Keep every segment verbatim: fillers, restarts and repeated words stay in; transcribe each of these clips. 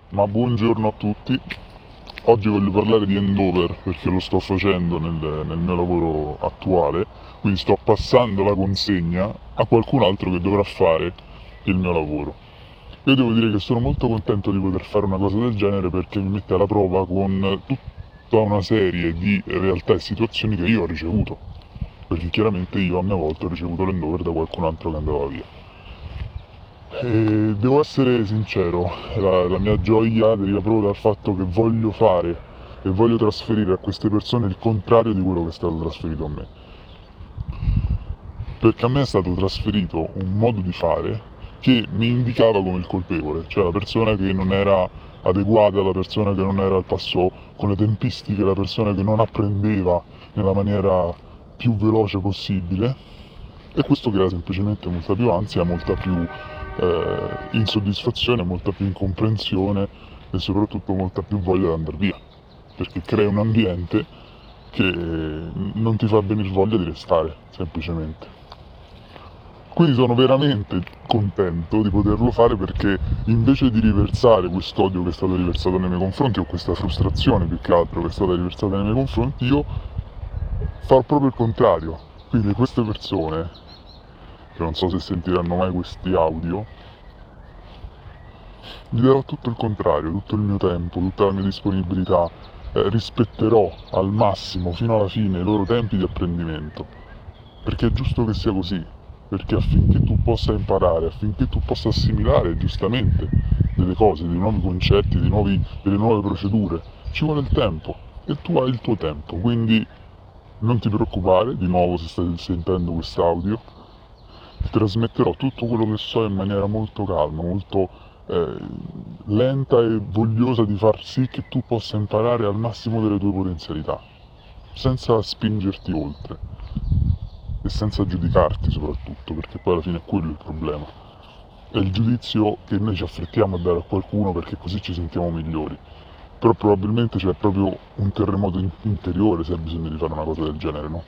Ma buongiorno a tutti. Oggi voglio parlare di handover perché lo sto facendo nel, nel mio lavoro attuale, quindi sto passando la consegna a qualcun altro che dovrà fare il mio lavoro. Io devo dire che sono molto contento di poter fare una cosa del genere perché mi mette alla prova con tutta una serie di realtà e situazioni che io ho ricevuto, perché chiaramente io a mia volta ho ricevuto l'handover da qualcun altro che andava via. E devo essere sincero, la, la mia gioia deriva proprio dal fatto che voglio fare e voglio trasferire a queste persone il contrario di quello che è stato trasferito a me. Perché a me è stato trasferito un modo di fare che mi indicava come il colpevole, cioè la persona che non era adeguata, la persona che non era al passo con le tempistiche, la persona che non apprendeva nella maniera più veloce possibile, e questo crea semplicemente molta più ansia, molta più eh, insoddisfazione, molta più incomprensione e soprattutto molta più voglia di andare via, perché crea un ambiente che non ti fa venire voglia di restare, semplicemente. Quindi sono veramente contento di poterlo fare perché invece di riversare quest'odio che è stato riversato nei miei confronti o questa frustrazione più che altro che è stata riversata nei miei confronti, io farò proprio il contrario. Quindi queste persone, che non so se sentiranno mai questi audio, gli darò tutto il contrario, tutto il mio tempo, tutta la mia disponibilità, eh, rispetterò al massimo fino alla fine i loro tempi di apprendimento, perché è giusto che sia così, perché affinché tu possa imparare, affinché tu possa assimilare giustamente delle cose, dei nuovi concetti, dei nuovi, delle nuove procedure, ci vuole il tempo e tu hai il tuo tempo, quindi non ti preoccupare, di nuovo se stai sentendo quest'audio, ti trasmetterò tutto quello che so in maniera molto calma, molto eh, lenta e vogliosa di far sì che tu possa imparare al massimo delle tue potenzialità, senza spingerti oltre e senza giudicarti soprattutto, perché poi alla fine è quello il problema. È il giudizio che noi ci affrettiamo a dare a qualcuno perché così ci sentiamo migliori. Però probabilmente c'è proprio un terremoto in- interiore se hai bisogno di fare una cosa del genere, no?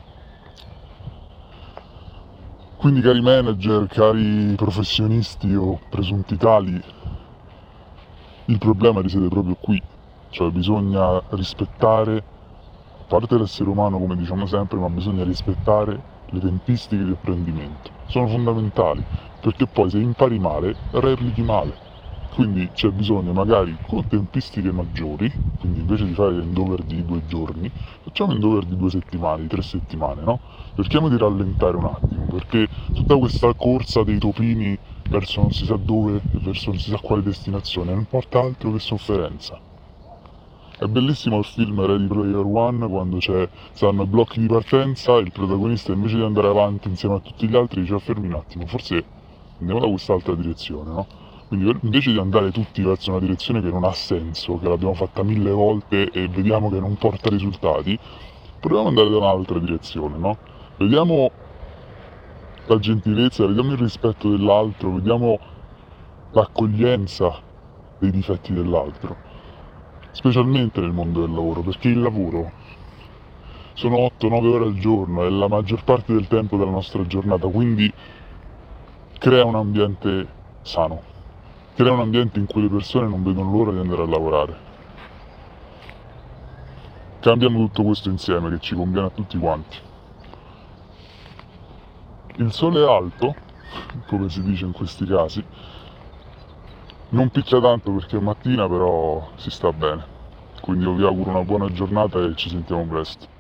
Quindi cari manager, cari professionisti o presunti tali, il problema risiede proprio qui, cioè bisogna rispettare, a parte l'essere umano come diciamo sempre, ma bisogna rispettare le tempistiche di apprendimento. Sono fondamentali, perché poi se impari male, replichi male. Quindi c'è bisogno magari con tempistiche maggiori, quindi invece di fare l'endover di due giorni, facciamo l'endover di due settimane, di tre settimane, no? Cerchiamo di rallentare un attimo, perché tutta questa corsa dei topini verso non si sa dove e verso non si sa quale destinazione non porta altro che sofferenza. È bellissimo il film Ready Player One quando c'è, stanno i blocchi di partenza e il protagonista invece di andare avanti insieme a tutti gli altri dice fermi un attimo, forse andiamo da quest'altra direzione, no? Quindi invece di andare tutti verso una direzione che non ha senso, che l'abbiamo fatta mille volte e vediamo che non porta risultati, proviamo ad andare da un'altra direzione, no? Vediamo la gentilezza, vediamo il rispetto dell'altro, vediamo l'accoglienza dei difetti dell'altro, specialmente nel mondo del lavoro, perché il lavoro sono otto nove ore al giorno, è la maggior parte del tempo della nostra giornata, quindi crea un ambiente sano, crea un ambiente in cui le persone non vedono l'ora di andare a lavorare. Cambiamo tutto questo insieme che ci conviene a tutti quanti. Il sole è alto, come si dice in questi casi, non picchia tanto perché è mattina, però si sta bene. Quindi io vi auguro una buona giornata e ci sentiamo presto.